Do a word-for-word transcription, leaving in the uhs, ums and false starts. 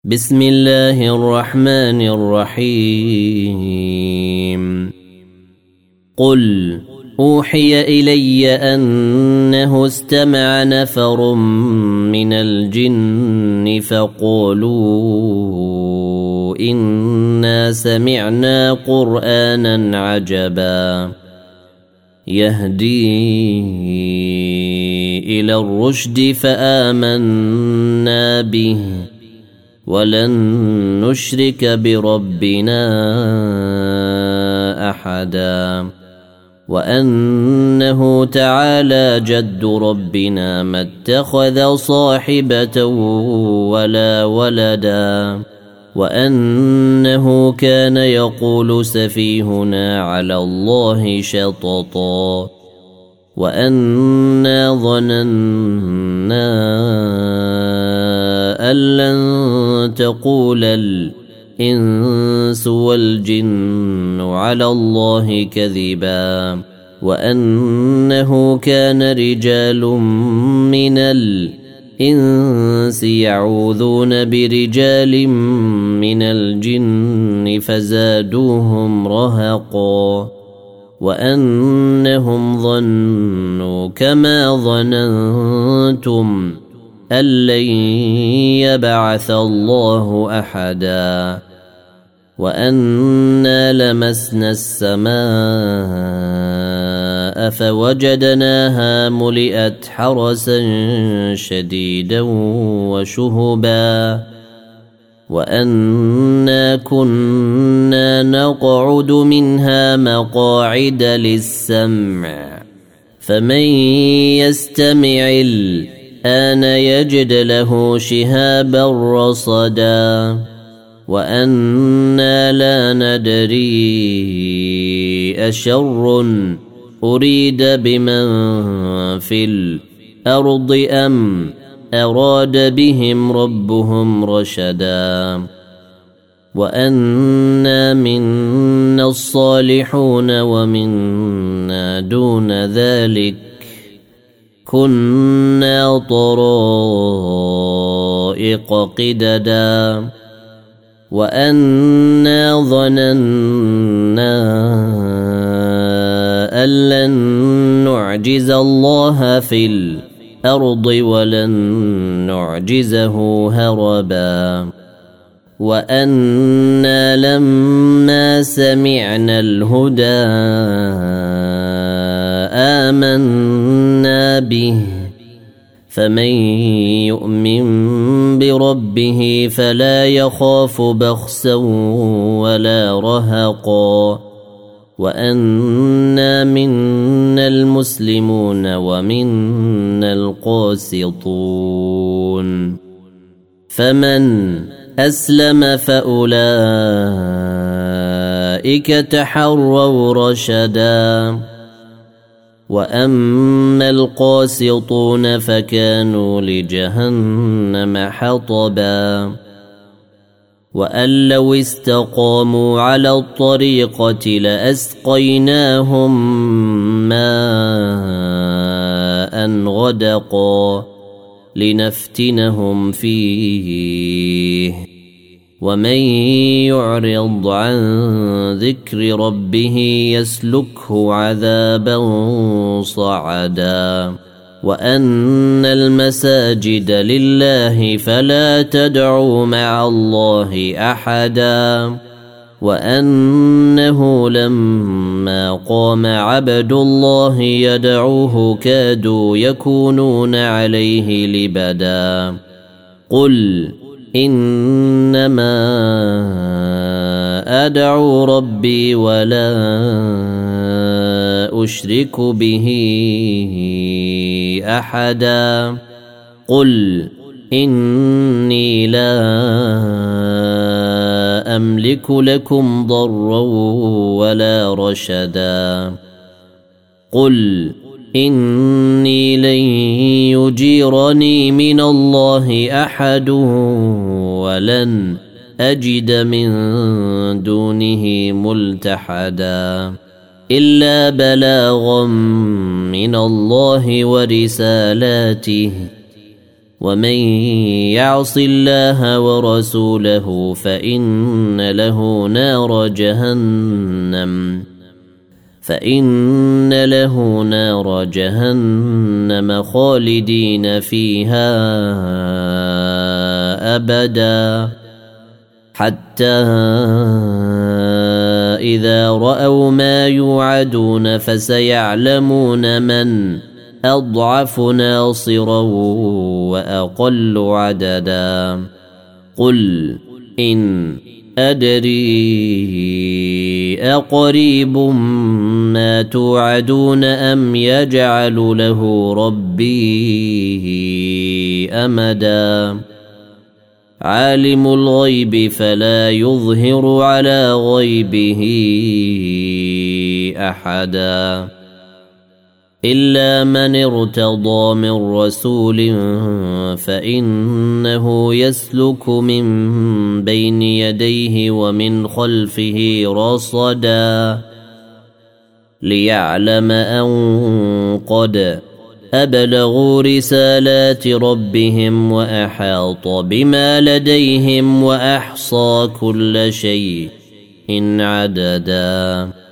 بسم الله الرحمن الرحيم قل أوحي إلي أنه استمع نفر من الجن فقالوا إنا سمعنا قرآنا عجبا يهدي إلى الرشد فآمنا به ولن نشرك بربنا أحدا وأنه تعالى جد ربنا ما اتخذ صاحبة ولا ولدا وأنه كان يقول سفيهنا على الله شططا وأنا ظننا أن لن تقول الإنس والجن على الله كذبا وأنه كان رجال من الإنس يعوذون برجال من الجن فزادوهم رهقا وأنهم ظنوا كما ظننتم أن لن يبعث الله أحدا وأنا لمسنا السماء فوجدناها ملئت حرسا شديدا وشهبا وأنا كنا نقعد منها مقاعد للسمع فمن يستمع الآن يجد له شهابا رصدا وأنا لا ندري أشر أريد بمن في الأرض أم أراد بهم ربهم رشدا وأنا منا الصالحون ومنا دون ذلك كنا طرائق قددا وأنا ظننا أن لن نعجز الله في الأرض ولن نعجزه هربا وأنا لما سمعنا الهدى آمنا به فمن يؤمن بربه فلا يخاف بخسا ولا رهقا وأنا منا المسلمون ومنا القاسطون فمن أسلم فأولئك تحروا رشدا وأما القاسطون فكانوا لجهنم حطبا وأن لو استقاموا على الطريقة لأسقيناهم ماء غدقا لنفتنهم فيه ومن يعرض عن ذكر ربه يسلكه عذابا صعدا وأن المساجد لله فلا تدعوا مع الله أحدا وأنه لما قام عبد الله يدعوه كادوا يكونون عليه لبدا قل إنما أدعو ربي ولا أشرك به أحدا قل إني لا أملك لكم ضرا ولا رشدا قل إني لن يجيرني من الله أحد ولن أجد من دونه ملتحدا إلا بلاغا من الله ورسالاته ومن يعص الله ورسوله فإن له نار جهنم فإن له نار جهنم خالدين فيها أبدا حتى إذا رأوا ما يوعدون فسيعلمون من أضعف ناصرا وأقل عددا قل إن أدري أقريب ما توعدون أم يجعل له ربي أمدا عالم الغيب فلا يظهر على غيبه أحدا إلا من ارتضى من رسول فإنه يسلك من بين يديه ومن خلفه رصدا ليعلم أن قد أبلغوا رسالات ربهم وأحاط بما لديهم وأحصى كل شيء إن عددا